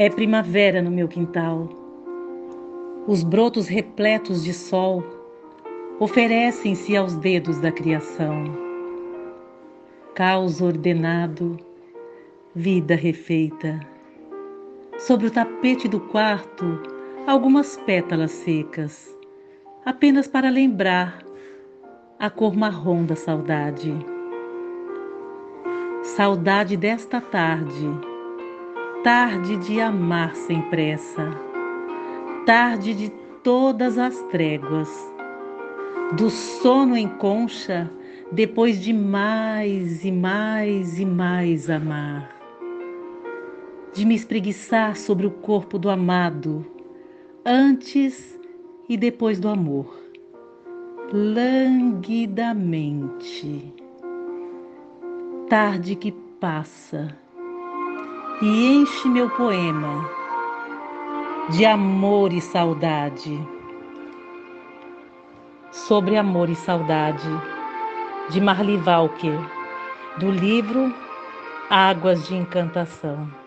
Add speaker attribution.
Speaker 1: É primavera no meu quintal. Os brotos repletos de sol oferecem-se aos dedos da criação. Caos ordenado, vida refeita. Sobre o tapete do quarto, algumas pétalas secas, apenas para lembrar a cor marrom da saudade. Saudade desta tarde, tarde de amar sem pressa, tarde de todas as tréguas, do sono em concha depois de mais e mais e mais amar, de me espreguiçar sobre o corpo do amado, antes e depois do amor, languidamente. Tarde que passa e enche meu poema de amor e saudade. Sobre amor e saudade, de Marli Walker, do livro Águas de Encantação.